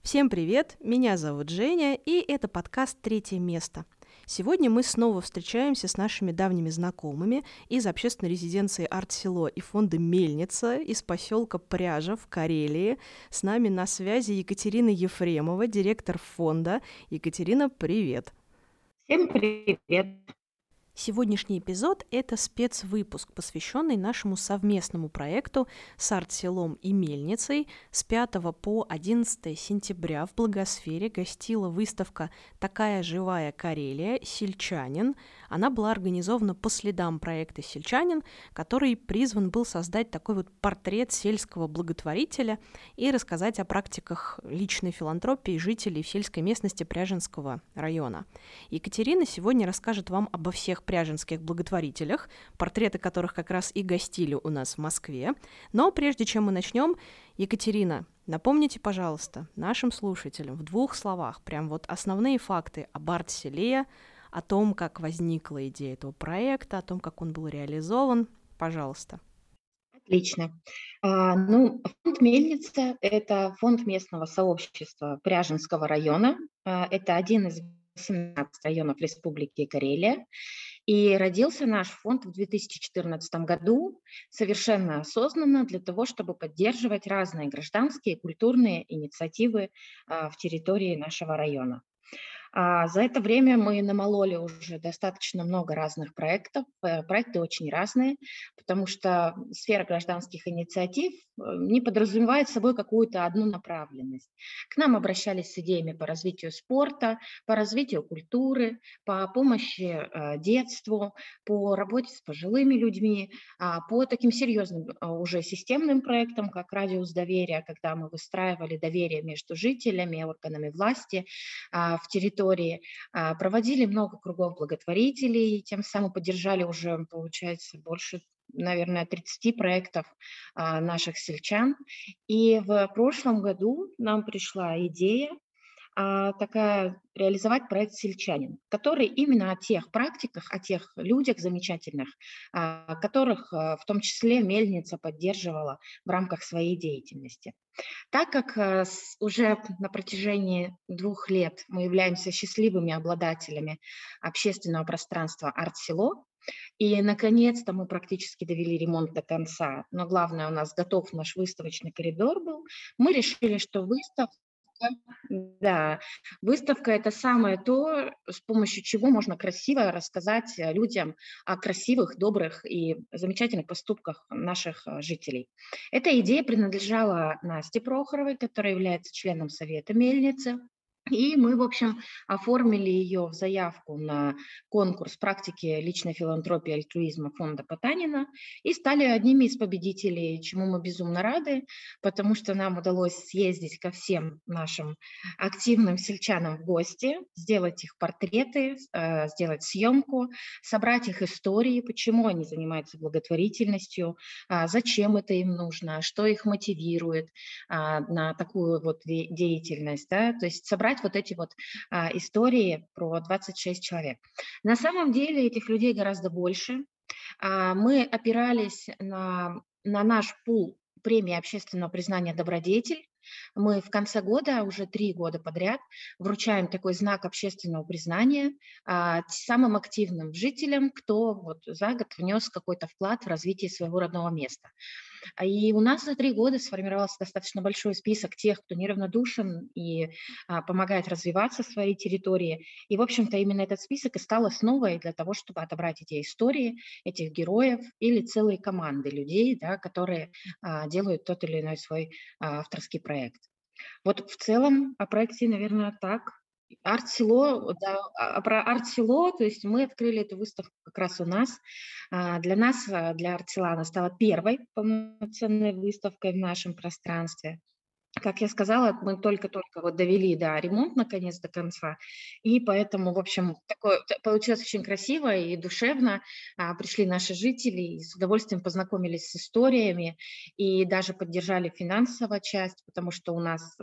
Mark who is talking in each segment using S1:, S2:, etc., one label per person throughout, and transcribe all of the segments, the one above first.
S1: Всем привет, меня зовут Женя, и это подкаст «Третье место». Сегодня мы снова встречаемся с нашими давними знакомыми из общественной резиденции «Арт-село» и фонда «Мельница» из поселка Пряжа в Карелии. С нами на связи Екатерина Ефремова, директор фонда. Екатерина, привет!
S2: Всем привет!
S1: Сегодняшний эпизод – это спецвыпуск, посвященный нашему совместному проекту с Арт-селом и Мельницей. С 5 по 11 сентября в Благосфере гостила выставка «Такая живая Карелия. Сельчанин». Она была организована по следам проекта «Сельчанин», который призван был создать такой вот портрет сельского благотворителя и рассказать о практиках личной филантропии жителей в сельской местности Пряжинского района. Екатерина сегодня расскажет вам обо всех пряженских благотворителях, портреты которых как раз и гостили у нас в Москве. Но прежде чем мы начнем, Екатерина, напомните, пожалуйста, нашим слушателям в 2 словах прям вот основные факты об арт-селе, о том, как возникла идея этого проекта, о том, как он был реализован. Пожалуйста.
S2: Отлично. Фонд «Мельница» – это фонд местного сообщества Пряжинского района. Это один из 18 районов Республики Карелия. И родился наш фонд в 2014 году совершенно осознанно для того, чтобы поддерживать разные гражданские и культурные инициативы в территории нашего района. За это время мы намололи уже достаточно много разных проектов. Проекты очень разные, потому что сфера гражданских инициатив не подразумевает собой какую-то одну направленность. К нам обращались с идеями по развитию спорта, по развитию культуры, по помощи детству, по работе с пожилыми людьми, по таким серьезным уже системным проектам, как «Радиус доверия», когда мы выстраивали доверие между жителями и органами власти в территории, проводили много кругов благотворителей, тем самым поддержали уже, получается, больше, наверное, 30 проектов наших сельчан. И в прошлом году нам пришла идея такая реализовать проект «Сельчанин», который именно о тех практиках, о тех людях замечательных, которых в том числе Мельница поддерживала в рамках своей деятельности. Так как уже на протяжении 2 лет мы являемся счастливыми обладателями общественного пространства «Арт-село», и, наконец-то, мы практически довели ремонт до конца, но главное, у нас готов наш выставочный коридор был, мы решили, что да, выставка – это самое то, с помощью чего можно красиво рассказать людям о красивых, добрых и замечательных поступках наших жителей. Эта идея принадлежала Насте Прохоровой, которая является членом Совета Мельницы. И мы, в общем, оформили ее в заявку на конкурс практики личной филантропии и альтруизма фонда Потанина и стали одними из победителей, чему мы безумно рады, потому что нам удалось съездить ко всем нашим активным сельчанам в гости, сделать их портреты, сделать съемку, собрать их истории, почему они занимаются благотворительностью, зачем это им нужно, что их мотивирует на такую вот деятельность, да, то есть собрать вот эти вот истории про 26 человек. На самом деле этих людей гораздо больше. Мы опирались на наш пул премии общественного признания «Добродетель». Мы в конце года, уже 3 года подряд, вручаем такой знак общественного признания самым активным жителям, кто вот за год внес какой-то вклад в развитие своего родного места. И у нас за 3 года сформировался достаточно большой список тех, кто неравнодушен и помогает развиваться в своей территории. И, в общем-то, именно этот список и стал основой для того, чтобы отобрать эти истории, этих героев или целые команды людей, да, которые делают тот или иной свой авторский проект. Вот в целом о проекте, наверное, так. Арт-село, да, про арт-село, то есть мы открыли эту выставку как раз у нас. Для нас, для арт-села она стала первой полноценной выставкой в нашем пространстве. Как я сказала, мы только-только вот довели, да, ремонт наконец до конца, и поэтому, в общем, такое получилось очень красиво и душевно. Пришли наши жители и с удовольствием познакомились с историями и даже поддержали финансово часть, потому что у нас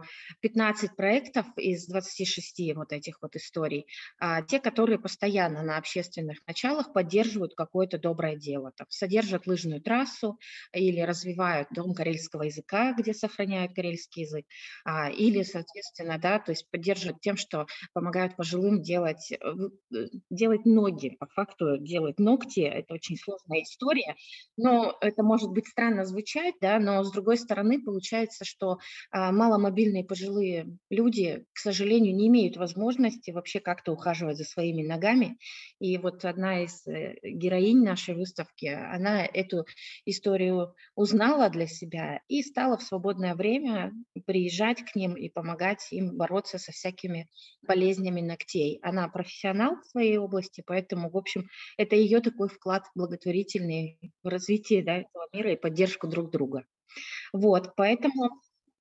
S2: 15 проектов из 26 вот этих вот историй, те, которые постоянно на общественных началах поддерживают какое-то доброе дело, там, содержат лыжную трассу или развивают дом карельского языка, где сохраняют карельский язык, или, соответственно, да, то есть поддерживают тем, что помогают пожилым делать ноги, по факту делать ногти. Это очень сложная история, но это может быть странно звучать, да, но с другой стороны получается, что маломобильные пожилые люди, к сожалению, не имеют возможности вообще как-то ухаживать за своими ногами. И вот одна из героинь нашей выставки, она эту историю узнала для себя и стала в свободное время приезжать к ним и помогать им бороться со всякими болезнями ногтей. Она профессионал в своей области, поэтому, в общем, это ее такой вклад благотворительный в развитие, да, этого мира и поддержку друг друга. Вот, поэтому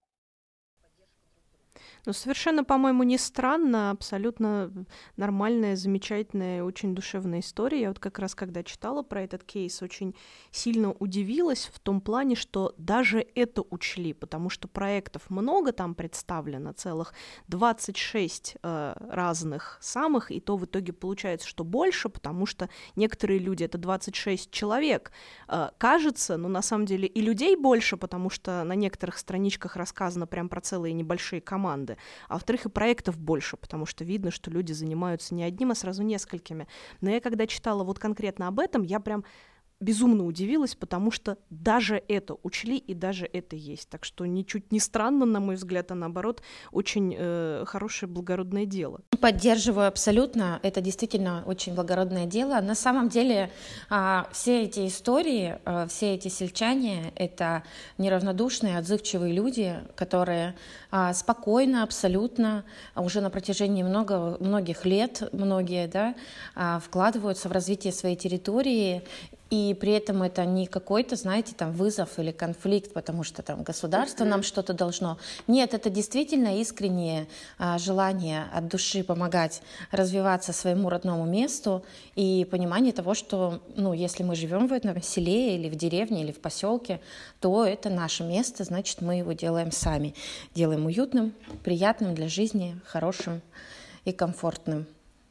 S1: Ну, совершенно, по-моему, не странно, абсолютно нормальная, замечательная, очень душевная история. Я вот как раз, когда читала про этот кейс, очень сильно удивилась в том плане, что даже это учли, потому что проектов много там представлено, целых 26 разных самых, и то в итоге получается, что больше, потому что некоторые люди — это 26 человек. Кажется, но на самом деле и людей больше, потому что на некоторых страничках рассказано прям про целые небольшие команды. А во-вторых, и проектов больше, потому что видно, что люди занимаются не одним, а сразу несколькими. Но я когда читала вот конкретно об этом, я прям безумно удивилась, потому что даже это учли и даже это есть. Так что ничуть не странно, на мой взгляд, а наоборот, очень хорошее благородное дело.
S3: Поддерживаю абсолютно. Это действительно очень благородное дело. На самом деле все эти истории, все эти сельчане — это неравнодушные, отзывчивые люди, которые спокойно, абсолютно, уже на протяжении многих лет, многие, да, вкладываются в развитие своей территории. И при этом это не какой-то, знаете, там вызов или конфликт, потому что там государство нам что-то должно. Нет, это действительно искреннее желание от души помогать развиваться своему родному месту и понимание того, что, ну, если мы живем в этом селе или в деревне или в поселке, то это наше место, значит, мы его делаем сами. Делаем уютным, приятным для жизни, хорошим и комфортным.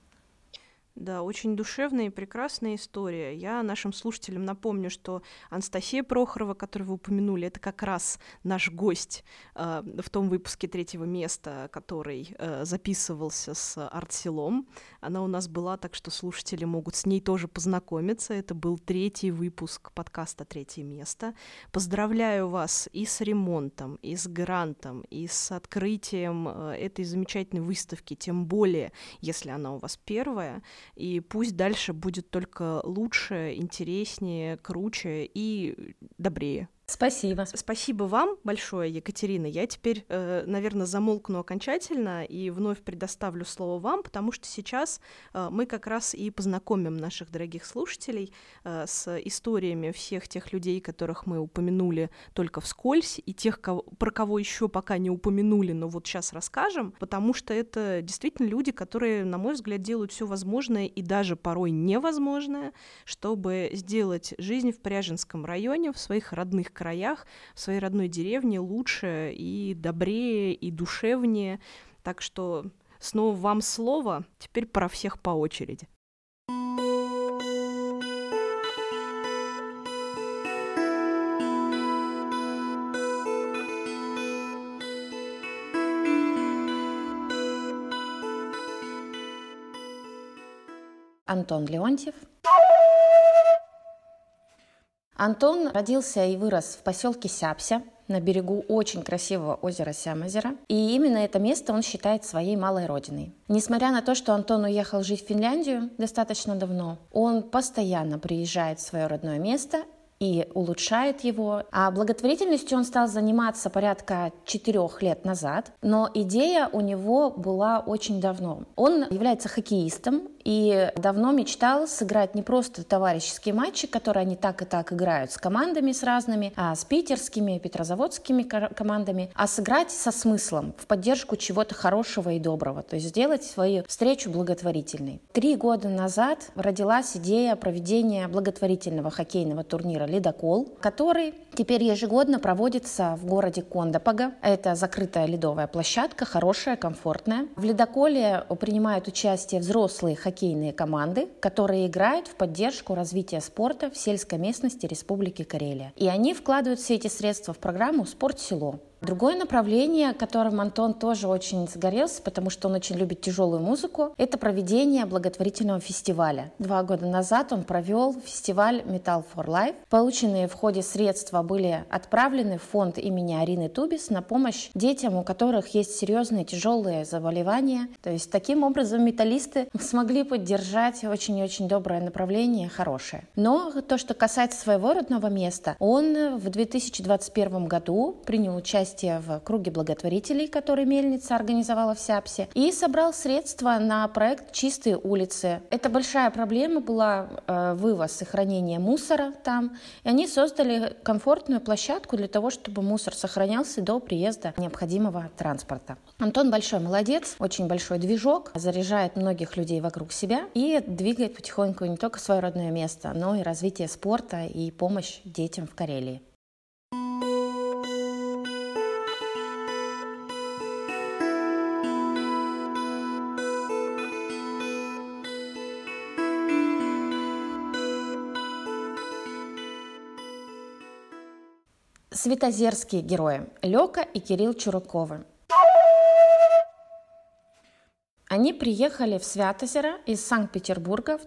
S1: Да, очень душевная и прекрасная история. Я нашим слушателям напомню, что Анастасия Прохорова, которую вы упомянули, это как раз наш гость в том выпуске «Третьего места», который записывался с Артселом. Она у нас была, так что слушатели могут с ней тоже познакомиться. Это был 3-й выпуск подкаста «Третье место». Поздравляю вас и с ремонтом, и с грантом, и с открытием этой замечательной выставки, тем более, если она у вас первая. И пусть дальше будет только лучше, интереснее, круче и добрее.
S3: Спасибо.
S1: Спасибо вам большое, Екатерина. Я теперь, наверное, замолкну окончательно и вновь предоставлю слово вам, потому что сейчас мы как раз и познакомим наших дорогих слушателей с историями всех тех людей, которых мы упомянули только вскользь, и тех, про кого еще пока не упомянули, но вот сейчас расскажем, потому что это действительно люди, которые, на мой взгляд, делают все возможное и даже порой невозможное, чтобы сделать жизнь в Пряженском районе, в своих родных краях, в своей родной деревне лучше и добрее, и душевнее. Так что снова вам слово, теперь про всех по очереди.
S3: Антон Леонтьев. Антон родился и вырос в поселке Сяпся на берегу очень красивого озера Сямозера. И именно это место он считает своей малой родиной. Несмотря на то, что Антон уехал жить в Финляндию достаточно давно, он постоянно приезжает в свое родное место и улучшает его. А благотворительностью он стал заниматься порядка 4 лет назад, но идея у него была очень давно. Он является хоккеистом и давно мечтал сыграть не просто товарищеские матчи, которые они так и так играют с командами с разными, с питерскими, петрозаводскими командами, а сыграть со смыслом, в поддержку чего-то хорошего и доброго, то есть сделать свою встречу благотворительной. 3 года назад родилась идея проведения благотворительного хоккейного турнира «Ледокол», который теперь ежегодно проводится в городе Кондопога. Это закрытая ледовая площадка, хорошая, комфортная. В «Ледоколе» принимают участие взрослые хоккейные команды, которые играют в поддержку развития спорта в сельской местности Республики Карелия. И они вкладывают все эти средства в программу «Спортсело». Другое направление, которым Антон тоже очень загорелся, потому что он очень любит тяжелую музыку, это проведение благотворительного фестиваля. 2 года назад он провел фестиваль Metal for Life. Полученные в ходе средства были отправлены в фонд имени Арины Тубис на помощь детям, у которых есть серьезные тяжелые заболевания. То есть таким образом металлисты смогли поддержать очень-очень доброе направление, хорошее. Но то, что касается своего родного места, он в 2021 году принял участие в круге благотворителей, который мельница организовала в Сяпсе, и собрал средства на проект «Чистые улицы». Это большая проблема была, вывоз и хранение мусора там. И они создали комфортную площадку для того, чтобы мусор сохранялся до приезда необходимого транспорта. Антон большой молодец, очень большой движок, заряжает многих людей вокруг себя и двигает потихоньку не только свое родное место, но и развитие спорта и помощь детям в Карелии. Святозерские герои Лёка и Кирилл Чураковы. Они приехали в Святозеро из Санкт-Петербурга в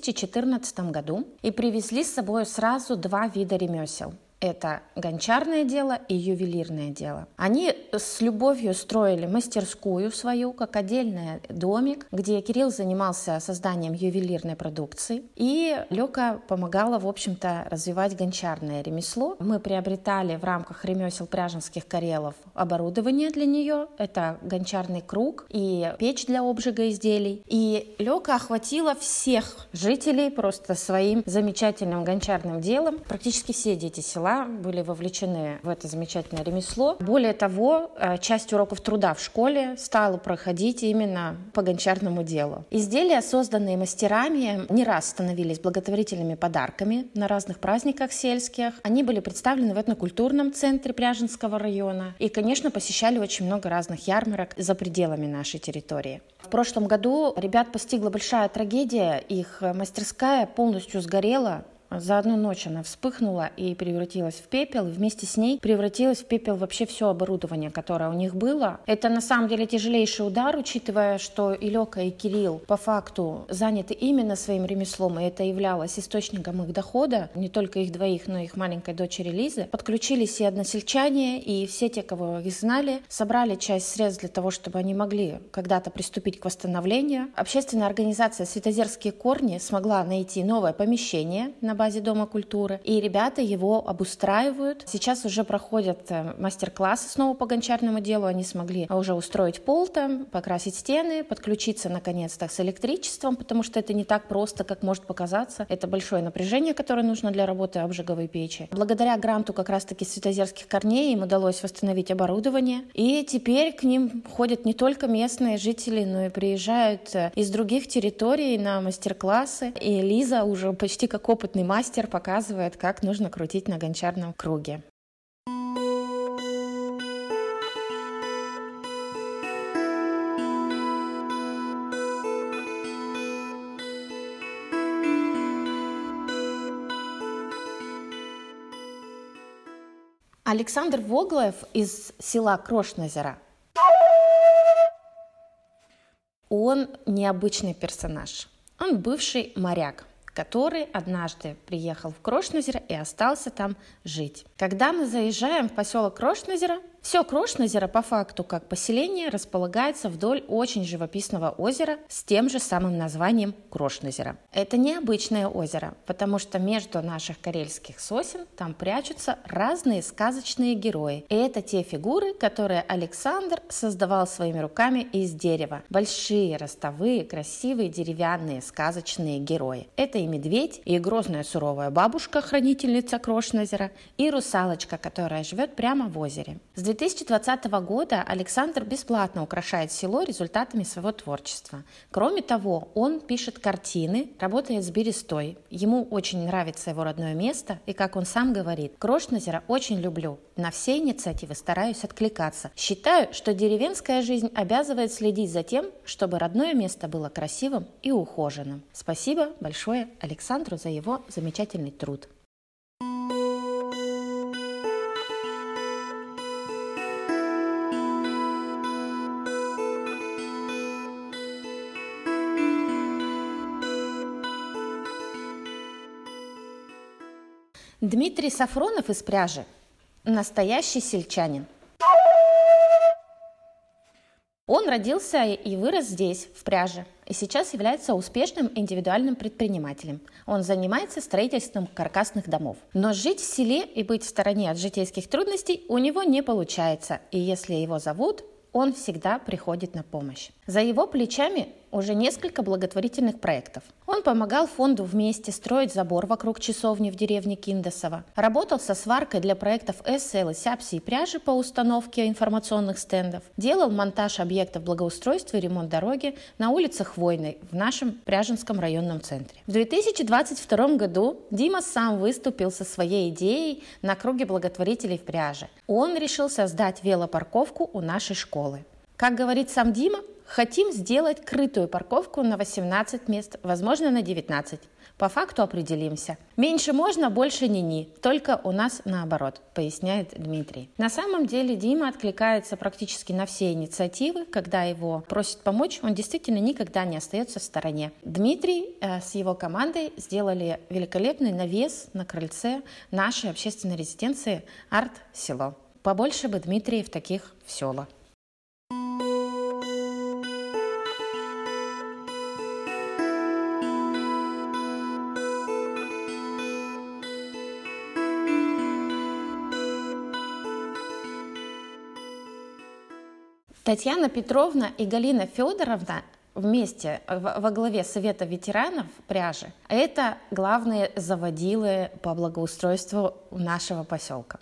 S3: 2014 году и привезли с собой сразу 2 вида ремесел. Это гончарное дело и ювелирное дело. Они с любовью строили мастерскую свою, как отдельный домик, где Кирилл занимался созданием ювелирной продукции, и Лёка помогала, в общем-то, развивать гончарное ремесло. Мы приобретали в рамках ремесел Пряженских Карелов оборудование для нее. Это гончарный круг и печь для обжига изделий. И Лёка охватила всех жителей просто своим замечательным гончарным делом. Практически все дети села были вовлечены в это замечательное ремесло. Более того, часть уроков труда в школе стала проходить именно по гончарному делу. Изделия, созданные мастерами, не раз становились благотворительными подарками на разных праздниках сельских. Они были представлены в этнокультурном центре Пряженского района и, конечно, посещали очень много разных ярмарок за пределами нашей территории. В прошлом году ребят постигла большая трагедия. Их мастерская полностью сгорела. За одну ночь она вспыхнула и превратилась в пепел, и вместе с ней превратилось в пепел вообще все оборудование, которое у них было. Это на самом деле тяжелейший удар, учитывая, что и Лёка, и Кирилл по факту заняты именно своим ремеслом, и это являлось источником их дохода, не только их двоих, но и их маленькой дочери Лизы. Подключились и односельчане, и все те, кого их знали, собрали часть средств для того, чтобы они могли когда-то приступить к восстановлению. Общественная организация «Святозерские корни» смогла найти новое помещение на базе Дома культуры, и ребята его обустраивают. Сейчас уже проходят мастер-классы снова по гончарному делу. Они смогли уже устроить пол там, покрасить стены, подключиться наконец-то с электричеством, потому что это не так просто, как может показаться. Это большое напряжение, которое нужно для работы обжиговой печи. Благодаря гранту как раз-таки Святозерских корней им удалось восстановить оборудование, и теперь к ним ходят не только местные жители, но и приезжают из других территорий на мастер-классы. И Лиза уже почти как опытный мастер показывает, как нужно крутить на гончарном круге. Александр Воглоев из села Крошнозеро. Он необычный персонаж. Он бывший моряк, который однажды приехал в Крошнозеро и остался там жить. Когда мы заезжаем в поселок Крошнозеро, все Крошнозеро по факту как поселение располагается вдоль очень живописного озера с тем же самым названием Крошнозеро. Это необычное озеро, потому что между наших карельских сосен там прячутся разные сказочные герои. И это те фигуры, которые Александр создавал своими руками из дерева. Большие, ростовые, красивые, деревянные, сказочные герои. Это и медведь, и грозная суровая бабушка, хранительница Крошнозера, и русалочка, которая живет прямо в озере. С 2020 года Александр бесплатно украшает село результатами своего творчества. Кроме того, он пишет картины, работает с берестой. Ему очень нравится его родное место, и, как он сам говорит, Крошнозеро очень люблю. На все инициативы стараюсь откликаться. Считаю, что деревенская жизнь обязывает следить за тем, чтобы родное место было красивым и ухоженным. Спасибо большое Александру за его замечательный труд. Дмитрий Сафронов из Пряжи – настоящий сельчанин. Он родился и вырос здесь, в Пряже, и сейчас является успешным индивидуальным предпринимателем. Он занимается строительством каркасных домов. Но жить в селе и быть в стороне от житейских трудностей у него не получается, и если его зовут, он всегда приходит на помощь. За его плечами уже несколько благотворительных проектов. Он помогал фонду «Вместе» строить забор вокруг часовни в деревне Киндосово, работал со сваркой для проектов СЛ, Сяпси и Пряжи по установке информационных стендов, делал монтаж объектов благоустройства и ремонт дороги на улице Хвойной в нашем Пряженском районном центре. В 2022 году Дима сам выступил со своей идеей на круге благотворителей в Пряже. Он решил создать велопарковку у нашей школы. Как говорит сам Дима, хотим сделать крытую парковку на 18 мест, возможно, на 19. По факту определимся. Меньше можно, больше ни-ни. Только у нас наоборот, поясняет Дмитрий. На самом деле Дима откликается практически на все инициативы. Когда его просят помочь, он действительно никогда не остается в стороне. Дмитрий с его командой сделали великолепный навес на крыльце нашей общественной резиденции «Арт-село». Побольше бы Дмитриев таких в села. Татьяна Петровна и Галина Федоровна вместе во главе Совета ветеранов Пряжи – это главные заводилы по благоустройству нашего поселка.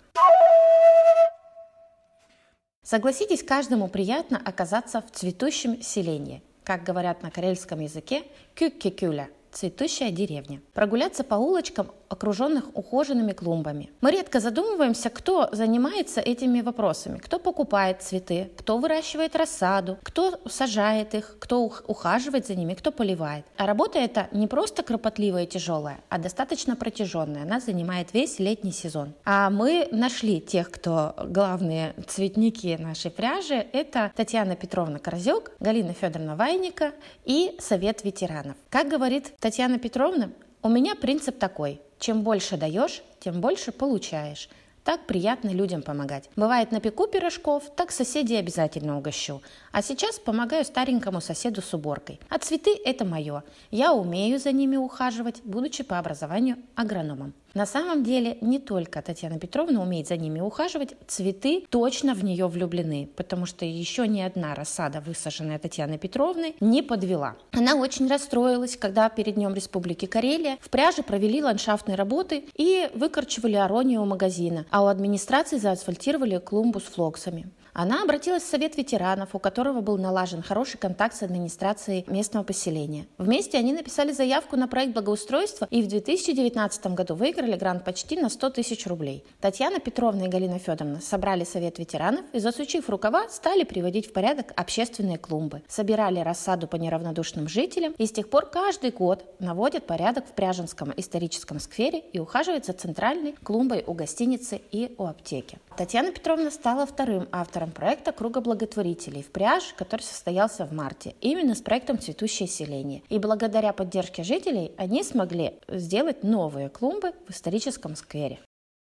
S3: Согласитесь, каждому приятно оказаться в цветущем селении. Как говорят на карельском языке, кюк-кекюля – цветущая деревня. Прогуляться по улочкам, окруженных ухоженными клумбами. Мы редко задумываемся, кто занимается этими вопросами, кто покупает цветы, кто выращивает рассаду, кто сажает их, кто ухаживает за ними, кто поливает. А работа эта не просто кропотливая и тяжелая, а достаточно протяженная. Она занимает весь летний сезон. А мы нашли тех, кто главные цветники нашей Пряжи. Это Татьяна Петровна Корзюк, Галина Федоровна Вайника и Совет ветеранов. Как говорит Татьяна Петровна, у меня принцип такой: чем больше даешь, тем больше получаешь. Так приятно людям помогать. Бывает, напеку пирожков, так соседей обязательно угощу. А сейчас помогаю старенькому соседу с уборкой. А цветы – это мое. Я умею за ними ухаживать, будучи по образованию агрономом. На самом деле не только Татьяна Петровна умеет за ними ухаживать, цветы точно в нее влюблены, потому что еще ни одна рассада, высаженная Татьяной Петровной, не подвела. Она очень расстроилась, когда перед Днем Республики Карелия в Пряже провели ландшафтные работы и выкорчевали аронию у магазина, а у администрации заасфальтировали клумбу с флоксами. Она обратилась в Совет ветеранов, у которого был налажен хороший контакт с администрацией местного поселения. Вместе они написали заявку на проект благоустройства и в 2019 году выиграли грант почти на 100 тысяч рублей. Татьяна Петровна и Галина Федоровна собрали Совет ветеранов и, засучив рукава, стали приводить в порядок общественные клумбы. Собирали рассаду по неравнодушным жителям и с тех пор каждый год наводят порядок в Пряженском историческом сквере и ухаживают за центральной клумбой у гостиницы и у аптеки. Татьяна Петровна стала вторым автором проекта «Круга благотворителей» в Пряже, который состоялся в марте, именно с проектом «Цветущее селение». И благодаря поддержке жителей они смогли сделать новые клумбы в историческом сквере.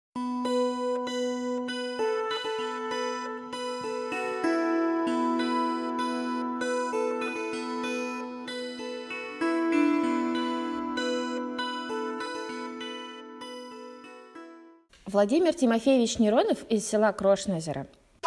S3: Владимир Тимофеевич Неронов из села Крошнозеро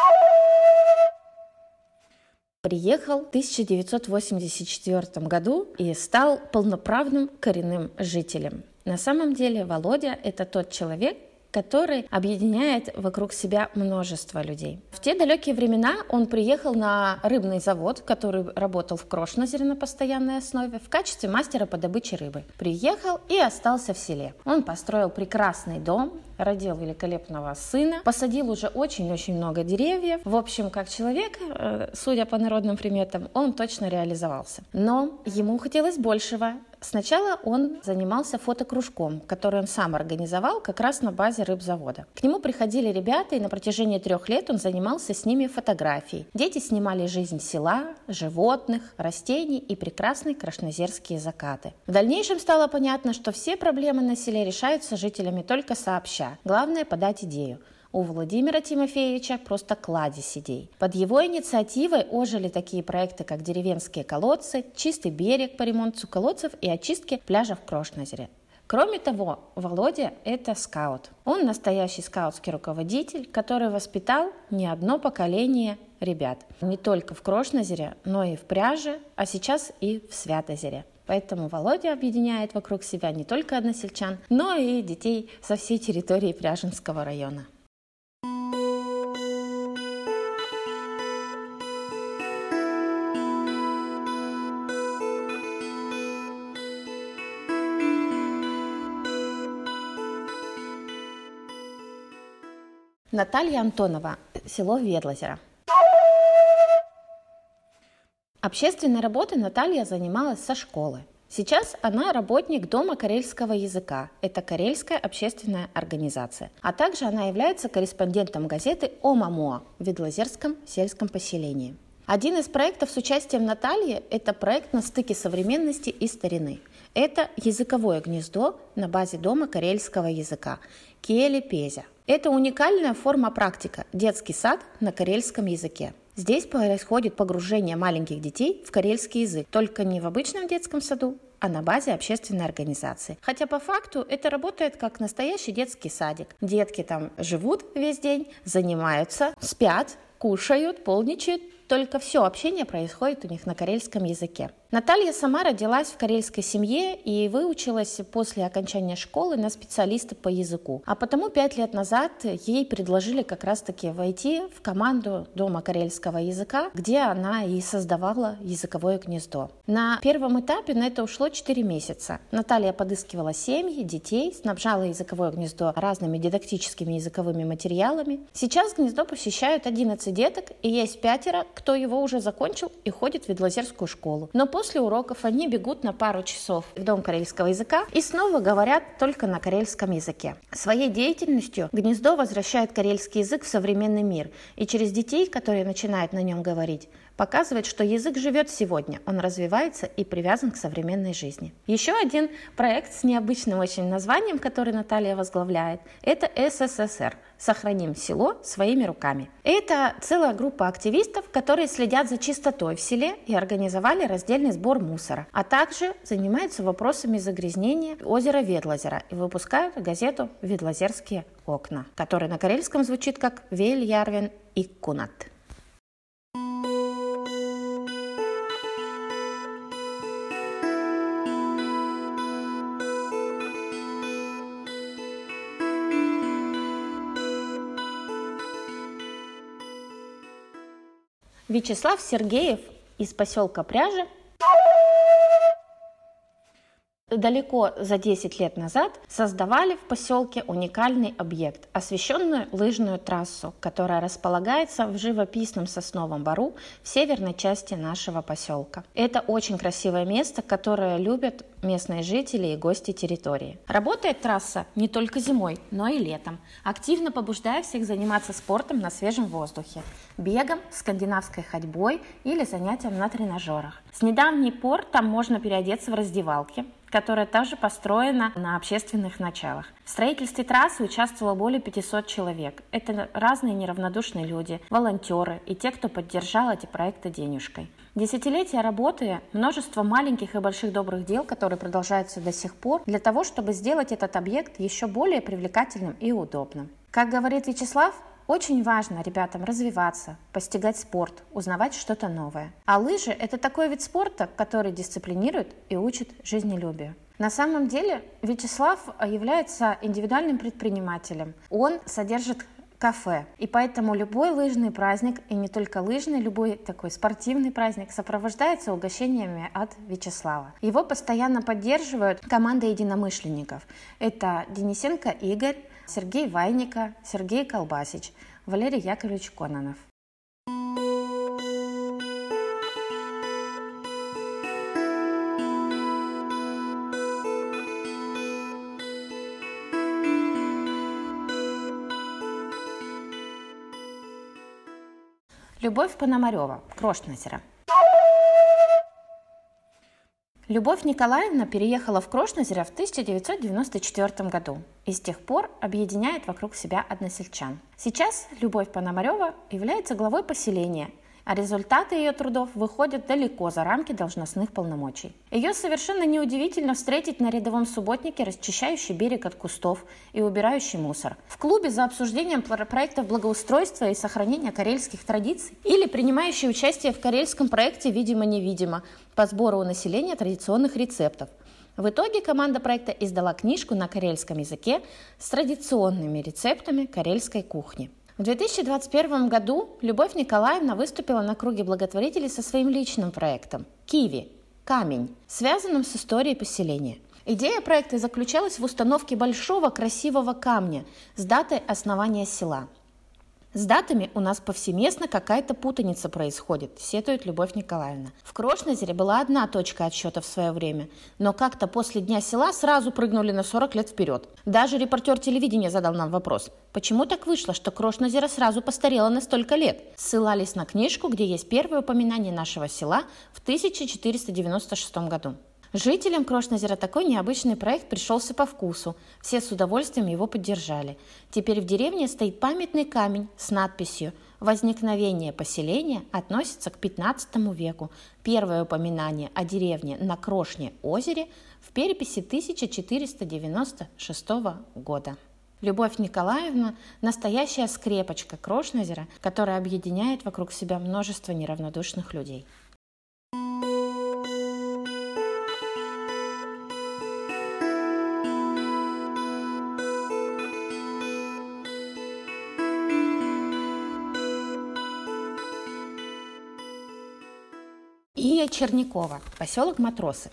S3: приехал в 1984 году и стал полноправным коренным жителем. На самом деле Володя – это тот человек, который объединяет вокруг себя множество людей. В те далекие времена он приехал на рыбный завод, который работал в Крошнозере на постоянной основе, в качестве мастера по добыче рыбы. Приехал и остался в селе. Он построил прекрасный дом, родил великолепного сына, посадил уже очень-очень много деревьев. В общем, как человек, судя по народным приметам, он точно реализовался. Но ему хотелось большего. Сначала он занимался фотокружком, который он сам организовал как раз на базе рыбзавода. К нему приходили ребята, и на протяжении 3 лет он занимался с ними фотографией. Дети снимали жизнь села, животных, растений и прекрасные крашнозерские закаты. В дальнейшем стало понятно, что все проблемы на селе решаются жителями только сообща. Главное – подать идею. У Владимира Тимофеевича просто кладезь идей. Под его инициативой ожили такие проекты, как деревенские колодцы, чистый берег по ремонту колодцев и очистке пляжа в Крошнозере. Кроме того, Володя – это скаут. Он настоящий скаутский руководитель, который воспитал не одно поколение ребят. Не только в Крошнозере, но и в Пряже, а сейчас и в Святозере. Поэтому Володя объединяет вокруг себя не только односельчан, но и детей со всей территории Пряженского района. Наталья Антонова, село Ведлозеро. Общественной работой Наталья занималась со школы. Сейчас она работник Дома карельского языка. Это карельская общественная организация. А также она является корреспондентом газеты «Омамоа» в Ведлозерском сельском поселении. Один из проектов с участием Натальи – это проект на стыке современности и старины. Это языковое гнездо на базе Дома карельского языка Киели-Пезя. Это уникальная форма практика – детский сад на карельском языке. Здесь происходит погружение маленьких детей в карельский язык, только не в обычном детском саду, а на базе общественной организации. Хотя по факту это работает как настоящий детский садик. Детки там живут весь день, занимаются, спят, кушают, полничают, только все общение происходит у них на карельском языке. Наталья сама родилась в карельской семье и выучилась после окончания школы на специалиста по языку. А потому 5 лет назад ей предложили как раз-таки войти в команду Дома карельского языка, где она и создавала языковое гнездо. На первом этапе на это ушло 4 месяца. Наталья подыскивала семьи, детей, снабжала языковое гнездо разными дидактическими языковыми материалами. Сейчас гнездо посещают 11 деток, и есть 5, кто его уже закончил и ходит в Ведлозерскую школу. Но после уроков они бегут на пару часов в Дом карельского языка и снова говорят только на карельском языке. Своей деятельностью гнездо возвращает карельский язык в современный мир и через детей, которые начинают на нем говорить, показывает, что язык живет сегодня, он развивается и привязан к современной жизни. Еще один проект с необычным очень названием, который Наталья возглавляет, это СССР. «Сохраним село своими руками». Это целая группа активистов, которые следят за чистотой в селе и организовали раздельный сбор мусора, а также занимаются вопросами загрязнения озера Ведлозера и выпускают газету «Ведлозерские окна», которая на карельском звучит как «Вель-Ярвен Иккунат». Вячеслав Сергеев из поселка Пряжа далеко за 10 лет назад создавали в поселке уникальный объект – освещенную лыжную трассу, которая располагается в живописном сосновом бору в северной части нашего поселка. Это очень красивое место, которое любят местные жители и гости территории. Работает трасса не только зимой, но и летом, активно побуждая всех заниматься спортом на свежем воздухе, бегом, скандинавской ходьбой или занятием на тренажерах. С недавних пор там можно переодеться в раздевалке, которая также построена на общественных началах. В строительстве трассы участвовало более 500 человек. Это разные неравнодушные люди, волонтеры и те, кто поддержал эти проекты денежкой. Десятилетия работы, множество маленьких и больших добрых дел, которые продолжаются до сих пор, для того, чтобы сделать этот объект еще более привлекательным и удобным. Как говорит Вячеслав, очень важно ребятам развиваться, постигать спорт, узнавать что-то новое. А лыжи – это такой вид спорта, который дисциплинирует и учит жизнелюбию. На самом деле Вячеслав является индивидуальным предпринимателем. Он содержит кафе. И поэтому любой лыжный праздник, и не только лыжный, любой такой спортивный праздник сопровождается угощениями от Вячеслава. Его постоянно поддерживают команда единомышленников. Это Денисенко Игорь, Сергей Вайника, Сергей Колбасич, Валерий Яковлевич Кононов. Любовь Пономарева, Крошнозеро. Любовь Николаевна переехала в Крошнозеро в 1994 году и с тех пор объединяет вокруг себя односельчан. Сейчас Любовь Пономарева является главой поселения, а результаты ее трудов выходят далеко за рамки должностных полномочий. Ее совершенно неудивительно встретить на рядовом субботнике, расчищающий берег от кустов и убирающий мусор, в клубе за обсуждением проектов благоустройства и сохранения карельских традиций или принимающий участие в карельском проекте «Видимо-невидимо» по сбору у населения традиционных рецептов. В итоге команда проекта издала книжку на карельском языке с традиционными рецептами карельской кухни. В 2021 году Любовь Николаевна выступила на круге благотворителей со своим личным проектом «Киви» – камень, связанным с историей поселения. Идея проекта заключалась в установке большого красивого камня с датой основания села. С датами у нас повсеместно какая-то путаница происходит, сетует Любовь Николаевна. В Крошнозере была одна точка отсчета в свое время, но как-то после Дня села сразу прыгнули на 40 лет вперед. Даже репортер телевидения задал нам вопрос, почему так вышло, что Крошнозеро сразу постарело на столько лет? Ссылались на книжку, где есть первое упоминание нашего села в 1496 году. Жителям Крошнозера такой необычный проект пришелся по вкусу. Все с удовольствием его поддержали. Теперь в деревне стоит памятный камень с надписью «Возникновение поселения относится к XV веку. Первое упоминание о деревне на Крошне-озере в переписи 1496 года». Любовь Николаевна – настоящая скрепочка Крошнозера, которая объединяет вокруг себя множество неравнодушных людей. Ия Чернякова, поселок Матросы.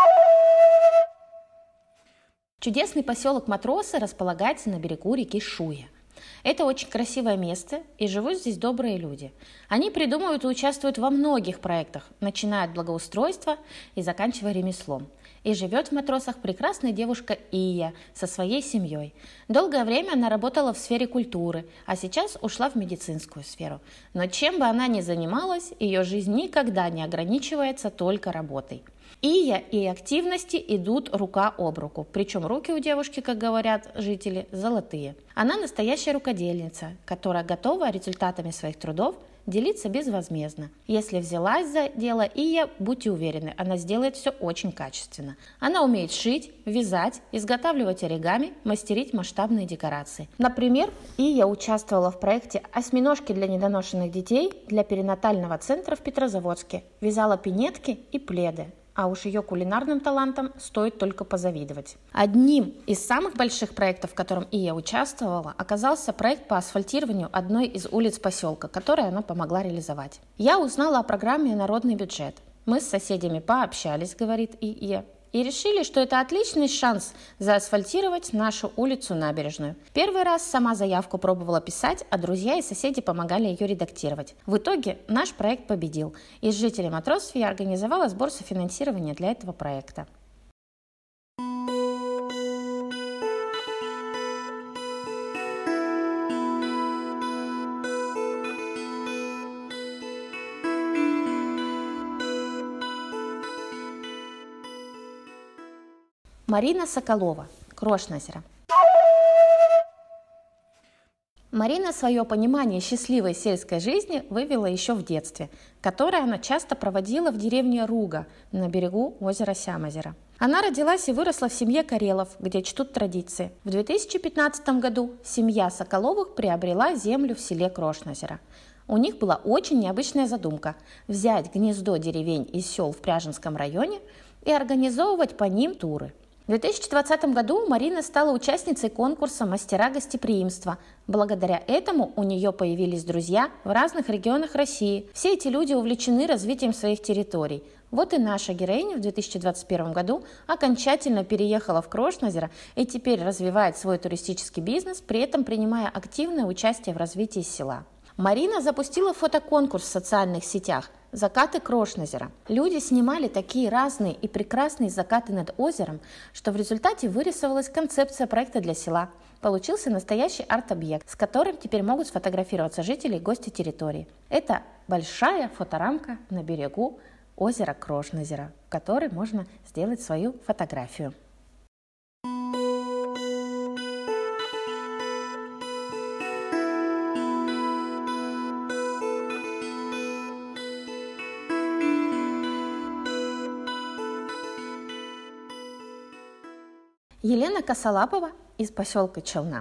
S3: Чудесный поселок Матросы располагается на берегу реки Шуя. Это очень красивое место, и живут здесь добрые люди. Они придумывают и участвуют во многих проектах, начиная от благоустройства и заканчивая ремеслом. И живет в Матросах прекрасная девушка Ия со своей семьей. Долгое время она работала в сфере культуры, а сейчас ушла в медицинскую сферу. Но чем бы она ни занималась, ее жизнь никогда не ограничивается только работой. Ия и активности идут рука об руку, причем руки у девушки, как говорят жители, золотые. Она настоящая рукодельница, которая готова результатами своих трудов делиться безвозмездно. Если взялась за дело Ия, будьте уверены, она сделает все очень качественно. Она умеет шить, вязать, изготавливать оригами, мастерить масштабные декорации. Например, Ия участвовала в проекте «Осьминожки для недоношенных детей» для перинатального центра в Петрозаводске, вязала пинетки и пледы. А уж ее кулинарным талантам стоит только позавидовать. Одним из самых больших проектов, в котором Ия участвовала, оказался проект по асфальтированию одной из улиц поселка, который она помогла реализовать. Я узнала о программе «Народный бюджет». Мы с соседями пообщались, говорит Ия, и решили, что это отличный шанс заасфальтировать нашу улицу-набережную. Первый раз сама заявку пробовала писать, а друзья и соседи помогали ее редактировать. В итоге наш проект победил, и с жителями Матросов я организовала сбор софинансирования для этого проекта. Марина Соколова, Крошнозеро. Марина свое понимание счастливой сельской жизни вывела еще в детстве, которое она часто проводила в деревне Руга на берегу озера Сямозеро. Она родилась и выросла в семье карелов, где чтут традиции. В 2015 году семья Соколовых приобрела землю в селе Крошнозеро. У них была очень необычная задумка – взять гнездо деревень и сел в Пряженском районе и организовывать по ним туры. В 2020 году Марина стала участницей конкурса «Мастера гостеприимства». Благодаря этому у нее появились друзья в разных регионах России. Все эти люди увлечены развитием своих территорий. Вот и наша героиня в 2021 году окончательно переехала в Крошнозеро и теперь развивает свой туристический бизнес, при этом принимая активное участие в развитии села. Марина запустила фотоконкурс в социальных сетях «Закаты Крошнозера». Люди снимали такие разные и прекрасные закаты над озером, что в результате вырисовалась концепция проекта для села. получился настоящий арт-объект, с которым теперь могут сфотографироваться жители и гости территории. Это большая фоторамка на берегу озера Крошнозеро, в которой можно сделать свою фотографию. Елена Косолапова из поселка Челна.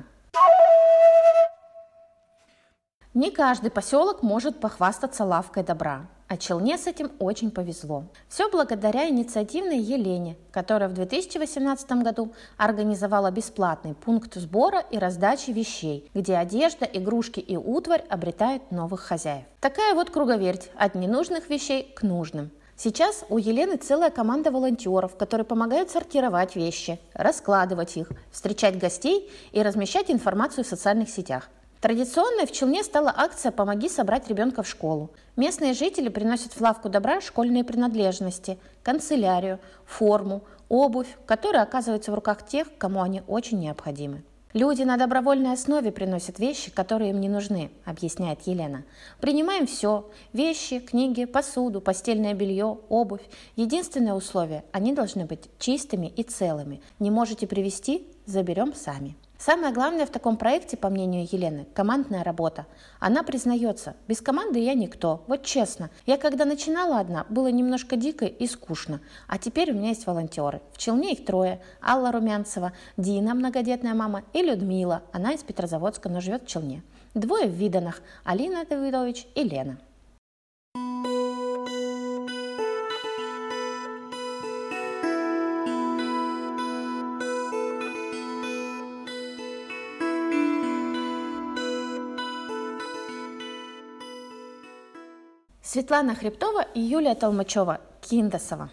S3: Не каждый поселок может похвастаться лавкой добра, а Челне с этим очень повезло. Все благодаря инициативной Елене, которая в 2018 году организовала бесплатный пункт сбора и раздачи вещей, где одежда, игрушки и утварь обретают новых хозяев. Такая вот круговерть от ненужных вещей к нужным. Сейчас у Елены целая команда волонтеров, которые помогают сортировать вещи, раскладывать их, встречать гостей и размещать информацию в социальных сетях. Традиционной в Челне стала акция «Помоги собрать ребенка в школу». Местные жители приносят в лавку добра школьные принадлежности, канцелярию, форму, обувь, которые оказываются в руках тех, кому они очень необходимы. Люди на добровольной основе приносят вещи, которые им не нужны, объясняет Елена. Принимаем все – вещи, книги, посуду, постельное белье, обувь. Единственное условие – они должны быть чистыми и целыми. Не можете привезти – заберем сами. Самое главное в таком проекте, по мнению Елены, командная работа. Она признается, без команды я никто. Вот честно, я когда начинала одна, было немножко дико и скучно. А теперь у меня есть волонтеры. В Челне их 3. Алла Румянцева, Дина, многодетная мама, и Людмила. Она из Петрозаводска, но живет в Челне. 2 в Виданах, Алина Давидович и Лена. Светлана Хребтова и Юлия Толмачева, Киндасово.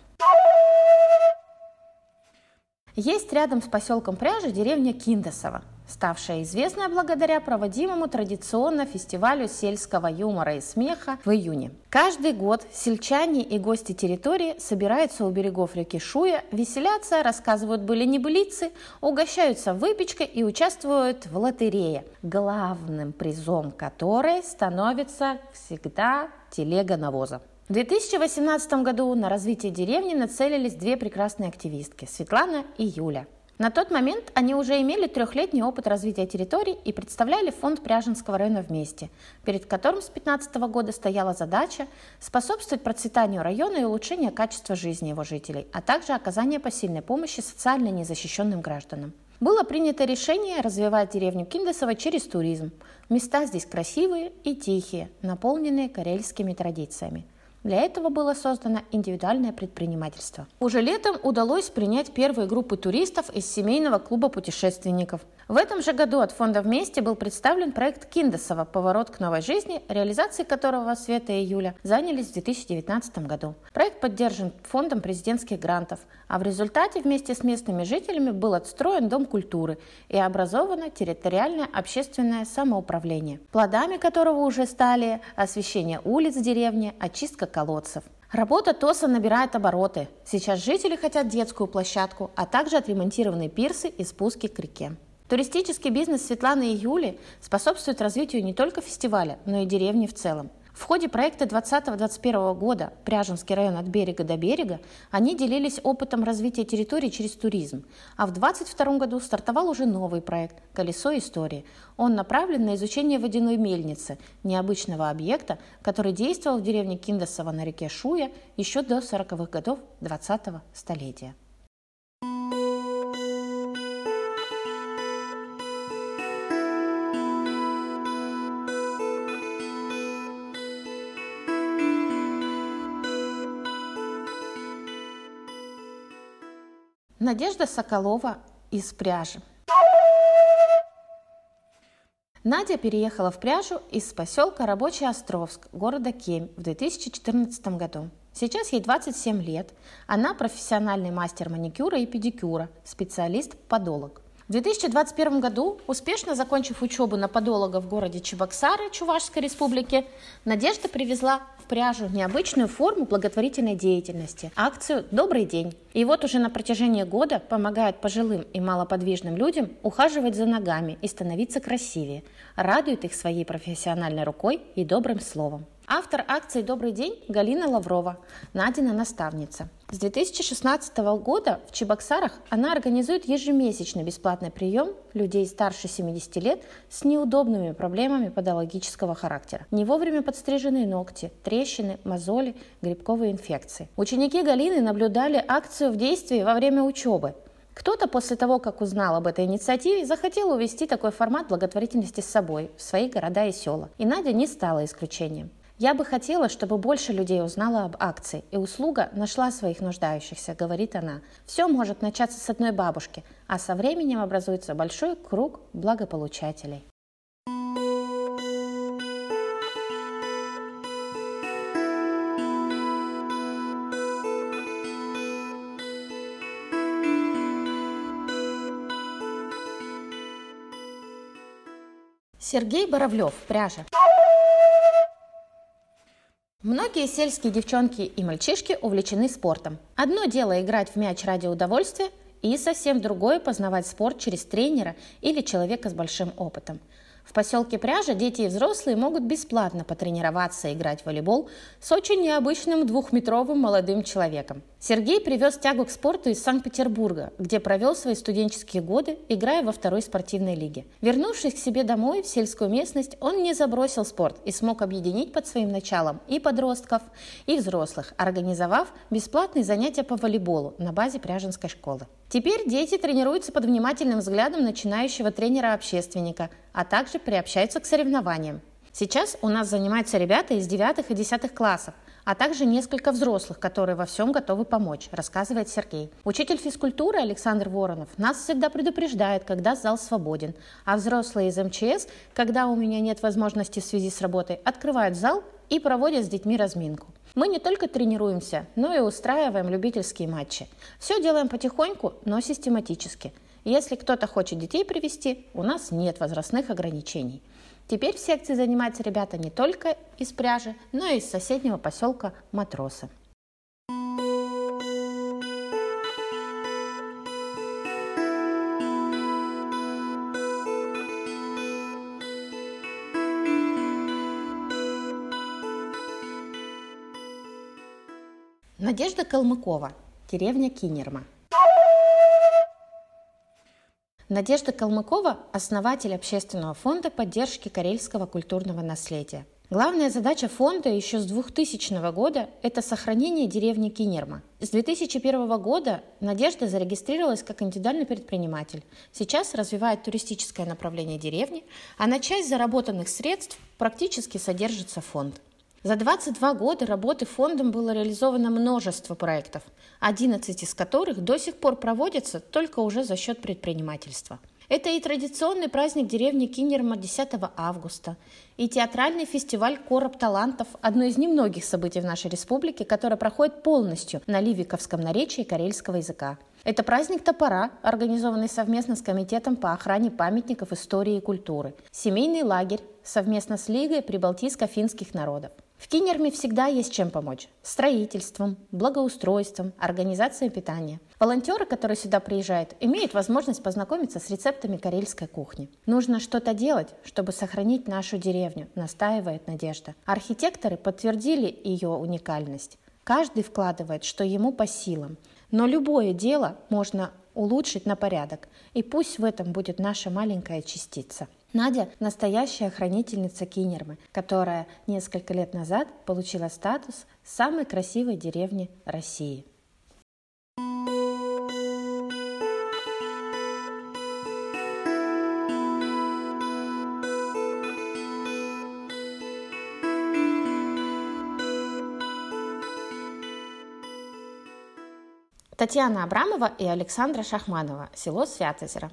S3: Есть рядом с поселком Пряжа деревня Киндасово, ставшая известной благодаря проводимому традиционно фестивалю сельского юмора и смеха в июне. Каждый год сельчане и гости территории собираются у берегов реки Шуя, веселятся, рассказывают были-небылицы, угощаются выпечкой и участвуют в лотерее, главным призом которой становится всегда телега навоза. В 2018 году на развитие деревни нацелились 2 прекрасные активистки – Светлана и Юля. На тот момент они уже имели 3-летний опыт развития территорий и представляли фонд Пряженского района вместе, перед которым с 2015 года стояла задача способствовать процветанию района и улучшению качества жизни его жителей, а также оказание посильной помощи социально незащищенным гражданам. Было принято решение развивать деревню Киндасово через туризм. Места здесь красивые и тихие, наполненные карельскими традициями. Для этого было создано индивидуальное предпринимательство. Уже летом удалось принять первые группы туристов из семейного клуба путешественников. В этом же году от фонда «Вместе» был представлен проект Киндасово «Поворот к новой жизни», реализацией которого Света и Юля занялись в 2019 году. Проект поддержан фондом президентских грантов, а в результате вместе с местными жителями был отстроен Дом культуры и образовано территориальное общественное самоуправление, плодами которого уже стали освещение улиц деревни, очистка колодцев. Работа ТОСа набирает обороты. Сейчас жители хотят детскую площадку, а также отремонтированные пирсы и спуски к реке. Туристический бизнес Светланы и Юли способствует развитию не только фестиваля, но и деревни в целом. В ходе проекта 2020-2021 года «Пряженский район от берега до берега» они делились опытом развития территории через туризм. А в 2022 году стартовал уже новый проект «Колесо истории». Он направлен на изучение водяной мельницы, необычного объекта, который действовал в деревне Киндасово на реке Шуя еще до 40-х годов 20-го столетия. Надежда Соколова из Пряжи. Надя переехала в Пряжу из поселка Рабочий Островск, города Кемь, в 2014 году. Сейчас ей 27 лет. Она профессиональный мастер маникюра и педикюра, специалист-подолог. В 2021 году, успешно закончив учебу на подолога в городе Чебоксары Чувашской республики, Надежда привезла в пряжу необычную форму благотворительной деятельности – акцию «Добрый день». И вот уже на протяжении года помогает пожилым и малоподвижным людям ухаживать за ногами и становиться красивее, радует их своей профессиональной рукой и добрым словом. Автор акции «Добрый день» Галина Лаврова, Надина наставница. С 2016 года в Чебоксарах она организует ежемесячный бесплатный прием людей старше 70 лет с неудобными проблемами подологического характера. Не вовремя подстриженные ногти, трещины, мозоли, грибковые инфекции. Ученики Галины наблюдали акцию в действии во время учебы. Кто-то после того, как узнал об этой инициативе, захотел увести такой формат благотворительности с собой в свои города и села. И Надя не стала исключением. «Я бы хотела, чтобы больше людей узнало об акции, и услуга нашла своих нуждающихся», — говорит она. «Все может начаться с одной бабушки, а со временем образуется большой круг благополучателей». Сергей Боровлев, пряжа. Многие сельские девчонки и мальчишки увлечены спортом. Одно дело играть в мяч ради удовольствия, и совсем другое познавать спорт через тренера или человека с большим опытом. В поселке Пряжа дети и взрослые могут бесплатно потренироваться и играть в волейбол с очень необычным 2-метровым молодым человеком. Сергей привез тягу к спорту из Санкт-Петербурга, где провел свои студенческие годы, играя во второй спортивной лиге. Вернувшись к себе домой в сельскую местность, он не забросил спорт и смог объединить под своим началом и подростков, и взрослых, организовав бесплатные занятия по волейболу на базе Пряжинской школы. Теперь дети тренируются под внимательным взглядом начинающего тренера-общественника, а также приобщаются к соревнованиям. Сейчас у нас занимаются ребята из 9 и 10 классов, а также несколько взрослых, которые во всем готовы помочь, рассказывает Сергей. Учитель физкультуры Александр Воронов нас всегда предупреждает, когда зал свободен, а взрослые из МЧС, когда у меня нет возможности в связи с работой, открывают зал и проводят с детьми разминку. Мы не только тренируемся, но и устраиваем любительские матчи. Все делаем потихоньку, но систематически. Если кто-то хочет детей привести, у нас нет возрастных ограничений. Теперь в секции занимаются ребята не только из Пряжи, но и из соседнего поселка Матросы. Надежда Калмыкова, деревня Кинерма. Надежда Калмыкова – основатель общественного фонда поддержки карельского культурного наследия. Главная задача фонда еще с 2000 года – это сохранение деревни Кинерма. С 2001 года Надежда зарегистрировалась как индивидуальный предприниматель. Сейчас развивает туристическое направление деревни, а на часть заработанных средств практически содержится фонд. За 22 года работы фондом было реализовано множество проектов, 11 из которых до сих пор проводятся только уже за счет предпринимательства. Это и традиционный праздник деревни Кинерма 10 августа, и театральный фестиваль «Короб талантов» – одно из немногих событий в нашей республике, которое проходит полностью на ливиковском наречии карельского языка. Это праздник топора, организованный совместно с Комитетом по охране памятников истории и культуры, семейный лагерь совместно с Лигой прибалтийско-финских народов. В Кинерме всегда есть чем помочь – строительством, благоустройством, организацией питания. Волонтеры, которые сюда приезжают, имеют возможность познакомиться с рецептами карельской кухни. Нужно что-то делать, чтобы сохранить нашу деревню, настаивает Надежда. Архитекторы подтвердили ее уникальность. Каждый вкладывает, что ему по силам. Но любое дело можно улучшить на порядок, и пусть в этом будет наша маленькая частица. Надя – настоящая хранительница Кинермы, которая несколько лет назад получила статус самой красивой деревни России. Татьяна Абрамова и Александра Шахманова, село Святозеро.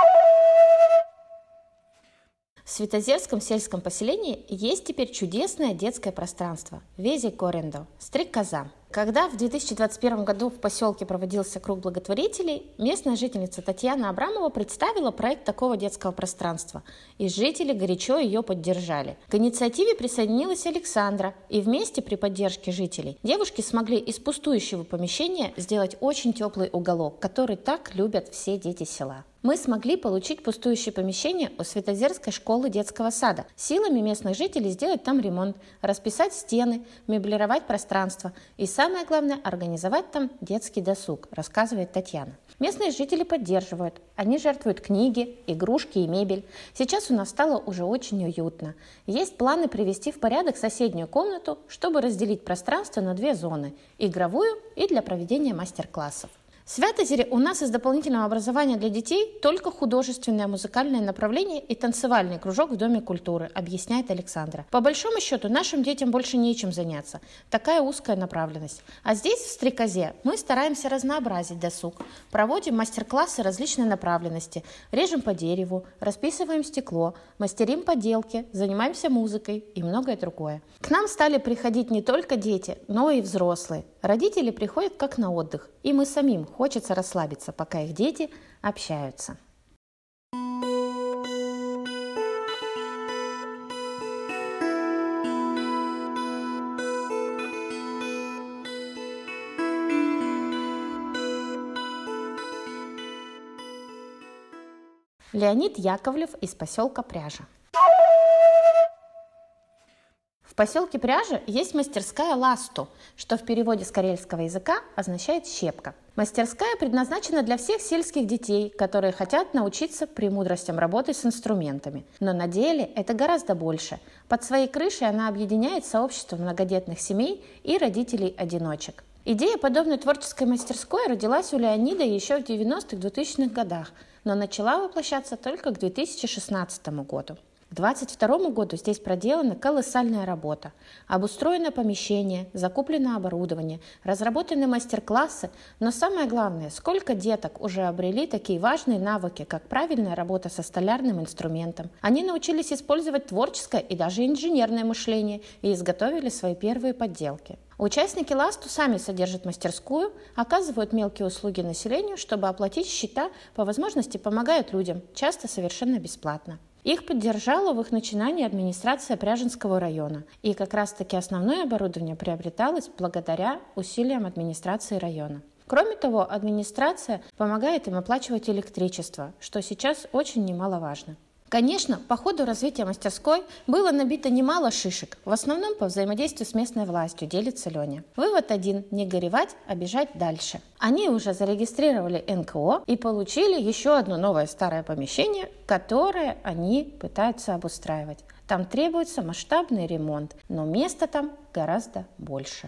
S3: В Святозерском сельском поселении есть теперь чудесное детское пространство – Вези Корендо, Стрекоза. Когда в 2021 году в поселке проводился круг благотворителей, местная жительница Татьяна Абрамова представила проект такого детского пространства, и жители горячо ее поддержали. К инициативе присоединилась Александра, и вместе при поддержке жителей девушки смогли из пустующего помещения сделать очень теплый уголок, который так любят все дети села. Мы смогли получить пустующее помещение у Светозерской школы детского сада. Силами местных жителей сделать там ремонт, расписать стены, меблировать пространство и, самое главное, организовать там детский досуг, рассказывает Татьяна. Местные жители поддерживают. Они жертвуют книги, игрушки и мебель. Сейчас у нас стало уже очень уютно. Есть планы привести в порядок соседнюю комнату, чтобы разделить пространство на 2 зоны – игровую и для проведения мастер-классов. В Святозере у нас из дополнительного образования для детей только художественное музыкальное направление и танцевальный кружок в Доме культуры, объясняет Александра. По большому счету, нашим детям больше нечем заняться. Такая узкая направленность. А здесь, в Стрекозе, мы стараемся разнообразить досуг. Проводим мастер-классы различной направленности. Режем по дереву, расписываем стекло, мастерим поделки, занимаемся музыкой и многое другое. К нам стали приходить не только дети, но и взрослые. Родители приходят как на отдых, и мы самим хочется расслабиться, пока их дети общаются. Леонид Яковлев из поселка Пряжа. В поселке Пряжа есть мастерская «Ласту», что в переводе с карельского языка означает «щепка». Мастерская предназначена для всех сельских детей, которые хотят научиться премудростям работы с инструментами. Но на деле это гораздо больше. Под своей крышей она объединяет сообщество многодетных семей и родителей-одиночек. Идея подобной творческой мастерской родилась у Леонида еще в 90-х-2000-х годах, но начала воплощаться только к 2016 году. К 2022 году здесь проделана колоссальная работа. Обустроено помещение, закуплено оборудование, разработаны мастер-классы, но самое главное, сколько деток уже обрели такие важные навыки, как правильная работа со столярным инструментом. Они научились использовать творческое и даже инженерное мышление и изготовили свои первые подделки. Участники «Ласту» сами содержат мастерскую, оказывают мелкие услуги населению, чтобы оплатить счета, по возможности помогают людям, часто совершенно бесплатно. Их поддержала в их начинании администрация Пряжинского района, и как раз-таки основное оборудование приобреталось благодаря усилиям администрации района. Кроме того, администрация помогает им оплачивать электричество, что сейчас очень немаловажно. Конечно, по ходу развития мастерской было набито немало шишек, в основном по взаимодействию с местной властью, делится Леня. Вывод один – не горевать, а бежать дальше. Они уже зарегистрировали НКО и получили еще одно новое старое помещение, которое они пытаются обустраивать. Там требуется масштабный ремонт, но места там гораздо больше.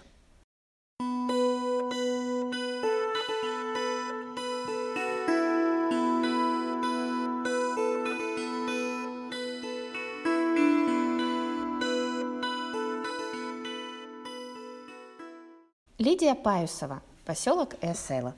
S3: Лидия Паюсова, поселок Эссела.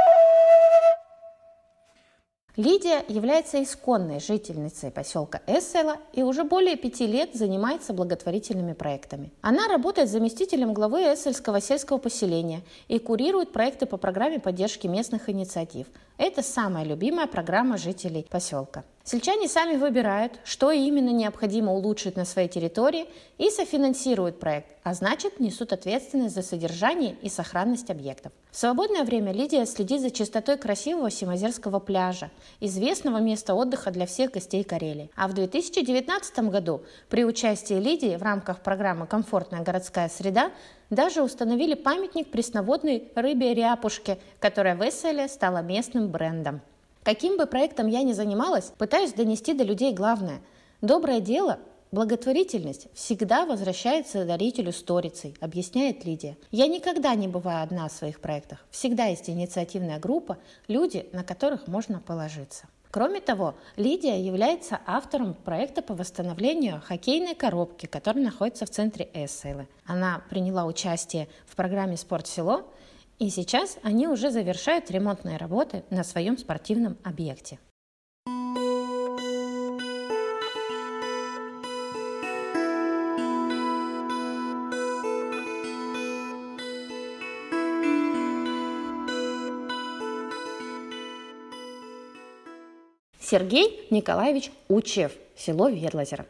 S3: Лидия является исконной жительницей поселка Эссела и уже более 5 лет занимается благотворительными проектами. Она работает заместителем главы Эссельского сельского поселения и курирует проекты по программе поддержки местных инициатив. Это самая любимая программа жителей поселка. Сельчане сами выбирают, что именно необходимо улучшить на своей территории и софинансируют проект, а значит несут ответственность за содержание и сохранность объектов. В свободное время Лидия следит за чистотой красивого Симозерского пляжа, известного места отдыха для всех гостей Карелии. А в 2019 году при участии Лидии в рамках программы «Комфортная городская среда» даже установили памятник пресноводной рыбе-ряпушке, которая в Эсселе стала местным брендом. Каким бы проектом я ни занималась, пытаюсь донести до людей главное. Доброе дело, благотворительность всегда возвращается дарителю сторицей, объясняет Лидия. Я никогда не бываю одна в своих проектах. Всегда есть инициативная группа, люди, на которых можно положиться. Кроме того, Лидия является автором проекта по восстановлению хоккейной коробки, которая находится в центре Эсселы. Она приняла участие в программе «Спортсело», и сейчас они уже завершают ремонтные работы на своем спортивном объекте. Сергей Николаевич Учев, село Ветлозеро.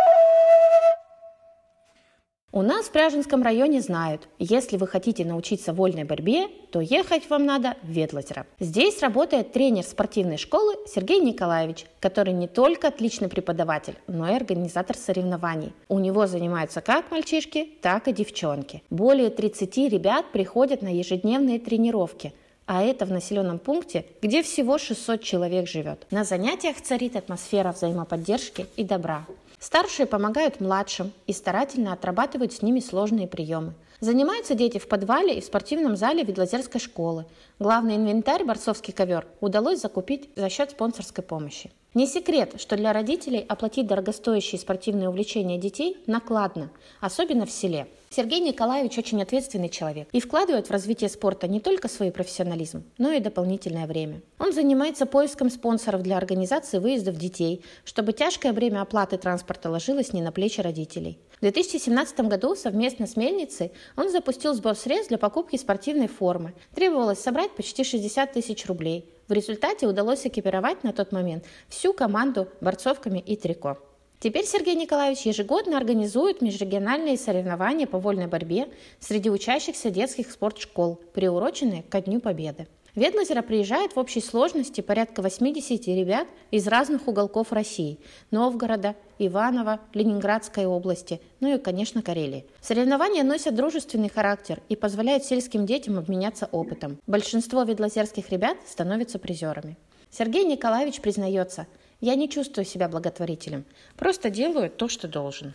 S3: У нас в Пряженском районе знают, если вы хотите научиться вольной борьбе, то ехать вам надо в Ветлозеро. Здесь работает тренер спортивной школы Сергей Николаевич, который не только отличный преподаватель, но и организатор соревнований. У него занимаются как мальчишки, так и девчонки. Более 30 ребят приходят на ежедневные тренировки, а это в населенном пункте, где всего 600 человек живет. На занятиях царит атмосфера взаимоподдержки и добра. Старшие помогают младшим и старательно отрабатывают с ними сложные приемы. Занимаются дети в подвале и в спортивном зале Ветлозерской школы. Главный инвентарь, борцовский ковер, удалось закупить за счет спонсорской помощи. Не секрет, что для родителей оплатить дорогостоящие спортивные увлечения детей накладно, особенно в селе. Сергей Николаевич очень ответственный человек и вкладывает в развитие спорта не только свой профессионализм, но и дополнительное время. Он занимается поиском спонсоров для организации выездов детей, чтобы тяжкое бремя оплаты транспорта ложилось не на плечи родителей. В 2017 году совместно с Мельницей он запустил сбор средств для покупки спортивной формы. Требовалось собрать почти 60 тысяч рублей. В результате удалось экипировать на тот момент всю команду борцовками и трико. Теперь Сергей Николаевич ежегодно организует межрегиональные соревнования по вольной борьбе среди учащихся детских спортшкол, приуроченные ко Дню Победы. В Ветлозеро приезжает в общей сложности порядка 80 ребят из разных уголков России – Новгорода, Иваново, Ленинградской области, ну и, конечно, Карелии. Соревнования носят дружественный характер и позволяют сельским детям обменяться опытом. Большинство ветлозерских ребят становятся призерами. Сергей Николаевич признается: «Я не чувствую себя благотворителем, просто делаю то, что должен».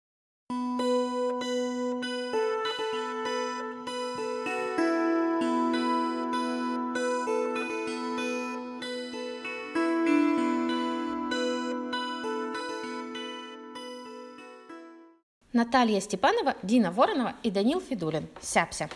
S3: Наталья Степанова, Дина Воронова и Данил Федулин. Сяпся.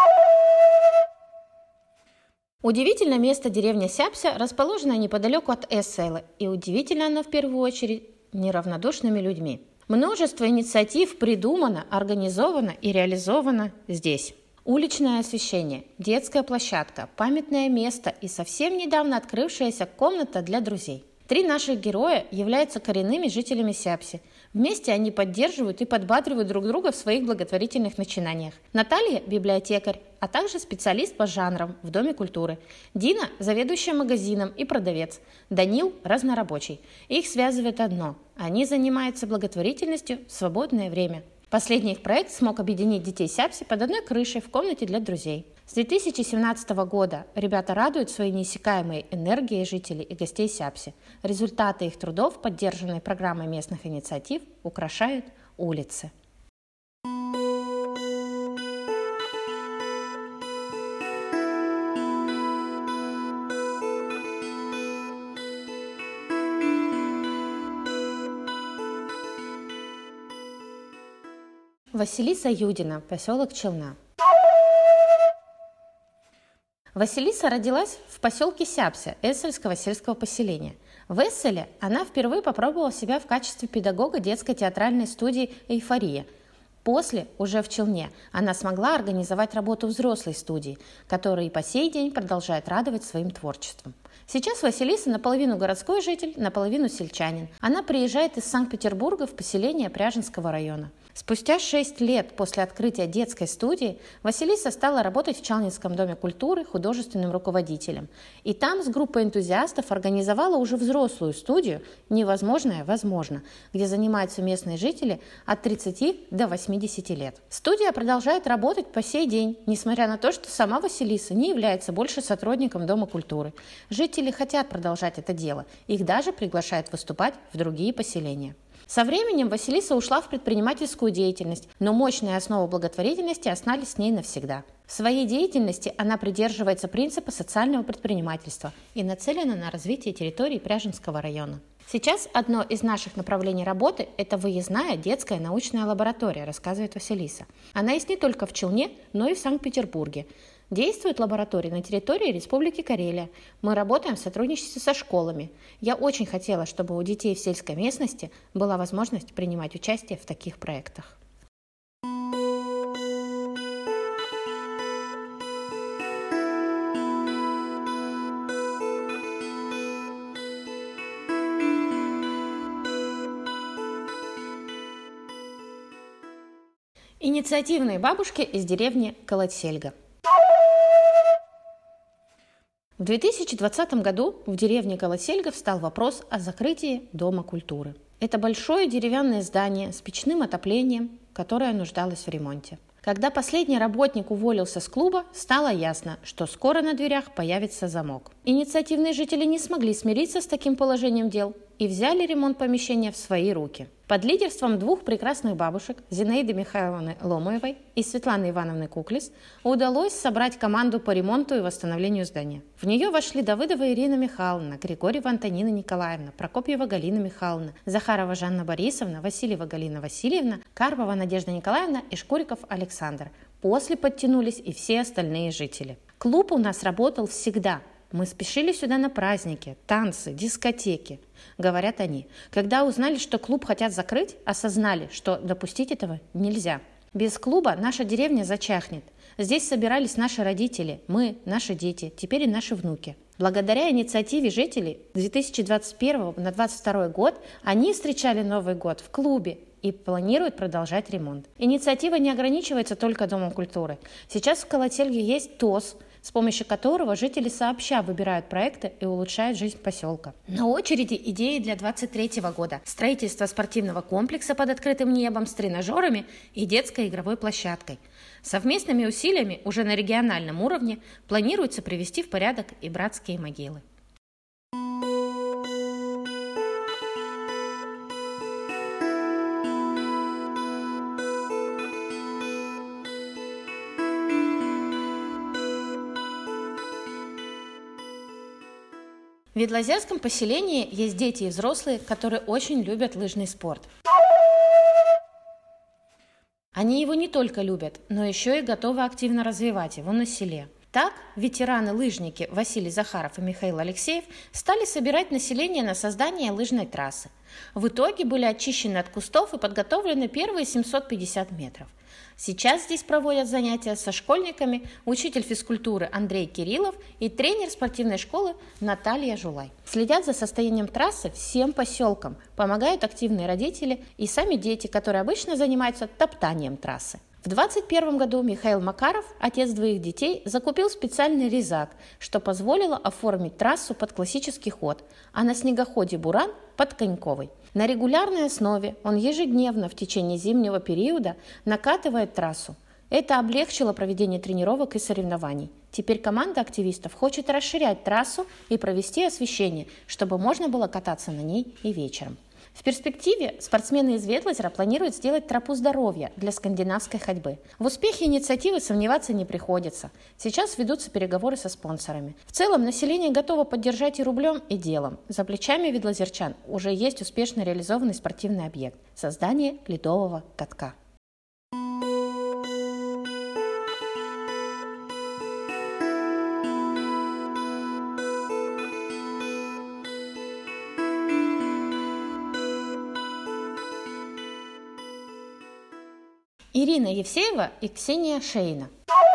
S3: Удивительное место деревня Сяпся, расположенная неподалеку от Эссейла, и удивительно оно в первую очередь неравнодушными людьми. Множество инициатив придумано, организовано и реализовано здесь. Уличное освещение, детская площадка, памятное место и совсем недавно открывшаяся комната для друзей. 3 наших героя являются коренными жителями Сяпси. Вместе они поддерживают и подбадривают друг друга в своих благотворительных начинаниях. Наталья – библиотекарь, а также специалист по жанрам в Доме культуры. Дина – заведующая магазином и продавец. Данил – разнорабочий. Их связывает одно – они занимаются благотворительностью в свободное время. Последний их проект смог объединить детей Сяпси под одной крышей в комнате для друзей. С 2017 года ребята радуют своей неиссякаемой энергией жителей и гостей Сяпси. Результаты их трудов, поддержанные программой местных инициатив, украшают улицы. Василиса Юдина, поселок Челна. Василиса родилась в поселке Сяпся Эссельского сельского поселения. В Эсселе она впервые попробовала себя в качестве педагога детской театральной студии «Эйфория». После, уже в Челне, она смогла организовать работу взрослой студии, которая и по сей день продолжает радовать своим творчеством. Сейчас Василиса наполовину городской житель, наполовину сельчанин. Она приезжает из Санкт-Петербурга в поселение Пряженского района. Спустя 6 лет после открытия детской студии Василиса стала работать в Чалнинском доме культуры художественным руководителем. И там с группой энтузиастов организовала уже взрослую студию «Невозможное возможно», где занимаются местные жители от 30 до 80 лет. Студия продолжает работать по сей день, несмотря на то, что сама Василиса не является больше сотрудником Дома культуры. Жители хотят продолжать это дело, их даже приглашают выступать в другие поселения. Со временем Василиса ушла в предпринимательскую деятельность, но мощные основы благотворительности остались с ней навсегда. В своей деятельности она придерживается принципа социального предпринимательства и нацелена на развитие территории Пряженского района. Сейчас одно из наших направлений работы – это выездная детская научная лаборатория, рассказывает Василиса. Она есть не только в Челне, но и в Санкт-Петербурге. Действует лаборатория на территории Республики Карелия. Мы работаем в сотрудничестве со школами. Я очень хотела, чтобы у детей в сельской местности была возможность принимать участие в таких проектах. Инициативные бабушки из деревни Колотсельга. В 2020 году в деревне Колотсельга встал вопрос о закрытии Дома культуры. Это большое деревянное здание с печным отоплением, которое нуждалось в ремонте. Когда последний работник уволился с клуба, стало ясно, что скоро на дверях появится замок. Инициативные жители не смогли смириться с таким положением дел и взяли ремонт помещения в свои руки. Под лидерством двух прекрасных бабушек, Зинаиды Михайловны Ломоевой и Светланы Ивановны Куклис, удалось собрать команду по ремонту и восстановлению здания. В нее вошли Давыдова Ирина Михайловна, Григорьева Антонина Николаевна, Прокопьева Галина Михайловна, Захарова Жанна Борисовна, Васильева Галина Васильевна, Карпова Надежда Николаевна и Шкуриков Александр. После подтянулись и все остальные жители. Клуб у нас работал всегда. Мы спешили сюда на праздники, танцы, дискотеки. Говорят они, когда узнали, что клуб хотят закрыть, осознали, что допустить этого нельзя. Без клуба наша деревня зачахнет. Здесь собирались наши родители, мы, наши дети, теперь и наши внуки. Благодаря инициативе жителей 2021 на 2022 год они встречали Новый год в клубе и планируют продолжать ремонт. Инициатива не ограничивается только Домом культуры. Сейчас в Колотсельге есть ТОС, с помощью которого жители сообща выбирают проекты и улучшают жизнь поселка. На очереди идеи для 2023 года. Строительство спортивного комплекса под открытым небом с тренажерами и детской игровой площадкой. Совместными усилиями уже на региональном уровне планируется привести в порядок и братские могилы. В Ветлозерском поселении есть дети и взрослые, которые очень любят лыжный спорт. Они его не только любят, но еще и готовы активно развивать его на селе. Так, ветераны-лыжники Василий Захаров и Михаил Алексеев стали собирать население на создание лыжной трассы. В итоге были очищены от кустов и подготовлены первые 750 метров. Сейчас здесь проводят занятия со школьниками учитель физкультуры Андрей Кириллов и тренер спортивной школы Наталья Жулай. Следят за состоянием трассы всем поселкам, помогают активные родители и сами дети, которые обычно занимаются топтанием трассы. В 2021 году Михаил Макаров, отец двоих детей, закупил специальный резак, что позволило оформить трассу под классический ход, а на снегоходе «Буран» под коньковый. На регулярной основе он ежедневно в течение зимнего периода накатывает трассу. Это облегчило проведение тренировок и соревнований. Теперь команда активистов хочет расширять трассу и провести освещение, чтобы можно было кататься на ней и вечером. В перспективе спортсмены из Ветлозера планируют сделать тропу здоровья для скандинавской ходьбы. В успехе инициативы сомневаться не приходится. Сейчас ведутся переговоры со спонсорами. В целом население готово поддержать и рублем, и делом. За плечами ветлозерчан уже есть успешно реализованный спортивный объект – создание ледового катка. Ирина Евсеева и Ксения Шейна.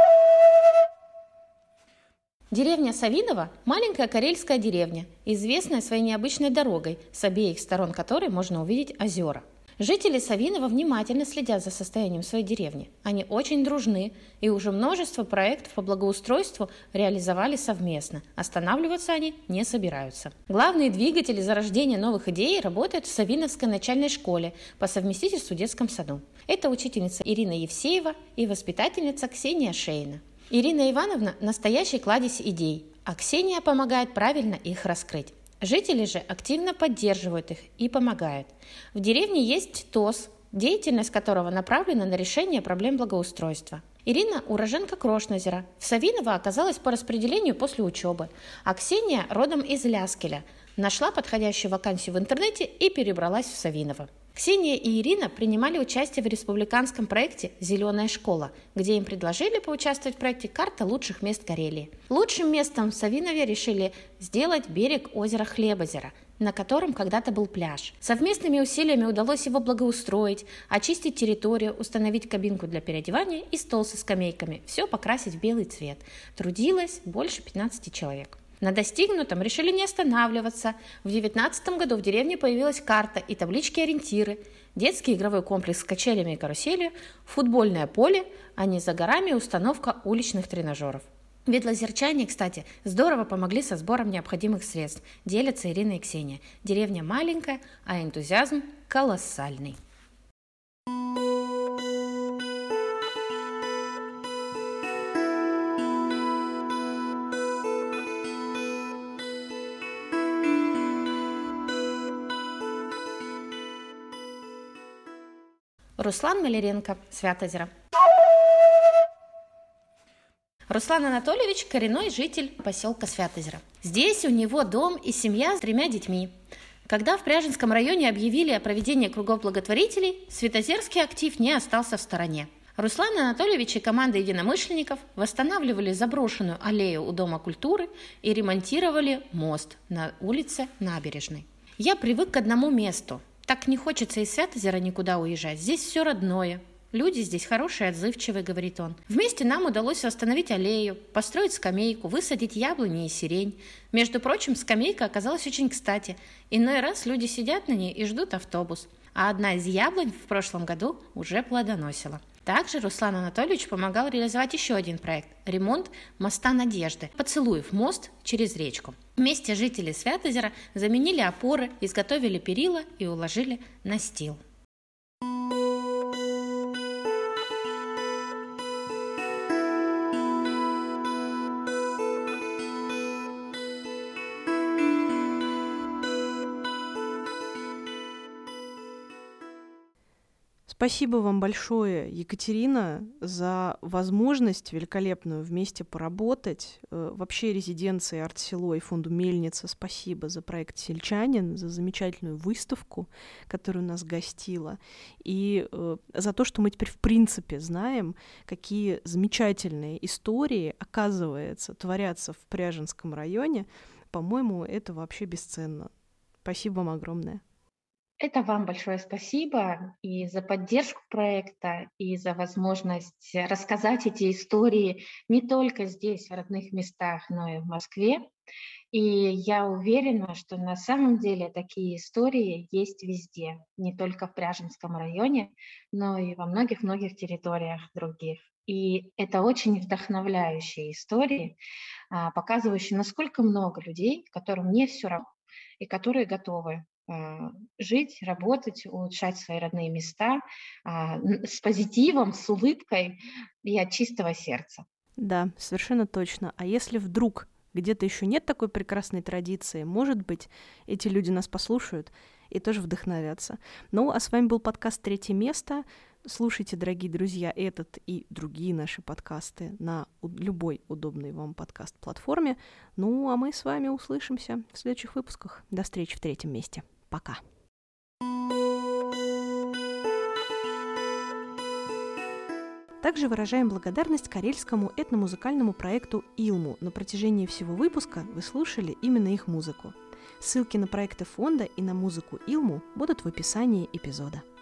S3: Деревня Савиново – маленькая карельская деревня, известная своей необычной дорогой, с обеих сторон которой можно увидеть озера. Жители Савинова внимательно следят за состоянием своей деревни. Они очень дружны и уже множество проектов по благоустройству реализовали совместно. Останавливаться они не собираются. Главные двигатели зарождения новых идей работают в Савиновской начальной школе по совместительству в детском саду. Это учительница Ирина Евсеева и воспитательница Ксения Шейна. Ирина Ивановна – настоящий кладезь идей, а Ксения помогает правильно их раскрыть. Жители же активно поддерживают их и помогают. В деревне есть ТОС, деятельность которого направлена на решение проблем благоустройства. Ирина – уроженка Крошнозера. В Савиново оказалась по распределению после учебы, а Ксения родом из Ляскеля. Нашла подходящую вакансию в интернете и перебралась в Савиново. Ксения и Ирина принимали участие в республиканском проекте «Зеленая школа», где им предложили поучаствовать в проекте «Карта лучших мест Карелии». Лучшим местом в Савинове решили сделать берег озера Хлебозера, на котором когда-то был пляж. Совместными усилиями удалось его благоустроить, очистить территорию, установить кабинку для переодевания и стол со скамейками, все покрасить в белый цвет. Трудилось больше 15 человек. На достигнутом решили не останавливаться. В 2019 году в деревне появилась карта и таблички-ориентиры. детский игровой комплекс с качелями и каруселью, футбольное поле, а не за горами установка уличных тренажеров. Ветлозерчане, кстати, здорово помогли со сбором необходимых средств, делятся Ирина и Ксения. Деревня маленькая, а энтузиазм колоссальный. Руслан Маляренко, Святозеро. Руслан Анатольевич – коренной житель поселка Святозеро. Здесь у него дом и семья с 3 детьми. Когда в Пряженском районе объявили о проведении кругов благотворителей, святозерский актив не остался в стороне. Руслан Анатольевич и команда единомышленников восстанавливали заброшенную аллею у Дома культуры и ремонтировали мост на улице Набережной. Я привык к одному месту. Так не хочется из Святозера никуда уезжать. Здесь все родное. Люди здесь хорошие, отзывчивые, говорит он. Вместе нам удалось восстановить аллею, построить скамейку, высадить яблони и сирень. Между прочим, скамейка оказалась очень кстати. Иной раз люди сидят на ней и ждут автобус. А одна из яблонь в прошлом году уже плодоносила. Также Руслан Анатольевич помогал реализовать еще один проект – ремонт моста Надежды, Поцелуев мост через речку. Вместе жители Святозера заменили опоры, изготовили перила и уложили настил.
S1: Спасибо вам большое, Екатерина, за возможность великолепную вместе поработать. Вообще резиденции «Арт-село» и фонду «Мельница» спасибо за проект «Сельчанин», за замечательную выставку, которая у нас гостила, и за то, что мы теперь в принципе знаем, какие замечательные истории, оказывается, творятся в Пряженском районе. По-моему, это вообще бесценно. Спасибо вам огромное.
S2: Это вам большое спасибо и за поддержку проекта, и за возможность рассказать эти истории не только здесь, в родных местах, но и в Москве. И я уверена, что на самом деле такие истории есть везде, не только в Пряженском районе, но и во многих-многих территориях других. И это очень вдохновляющие истории, показывающие, насколько много людей, которым не все равно, и которые готовы жить, работать, улучшать свои родные места с позитивом, с улыбкой и от чистого сердца.
S1: Да, совершенно точно. А если вдруг где-то еще нет такой прекрасной традиции, может быть, эти люди нас послушают и тоже вдохновятся. Ну, а с вами был подкаст «Третье место». Слушайте, дорогие друзья, этот и другие наши подкасты на любой удобной вам подкаст-платформе. Ну, а мы с вами услышимся в следующих выпусках. До встречи в «Третьем месте». Пока. Также выражаем благодарность карельскому этномузыкальному проекту «Илму». На протяжении всего выпуска вы слушали именно их музыку. Ссылки на проекты фонда и на музыку «Илму» будут в описании эпизода.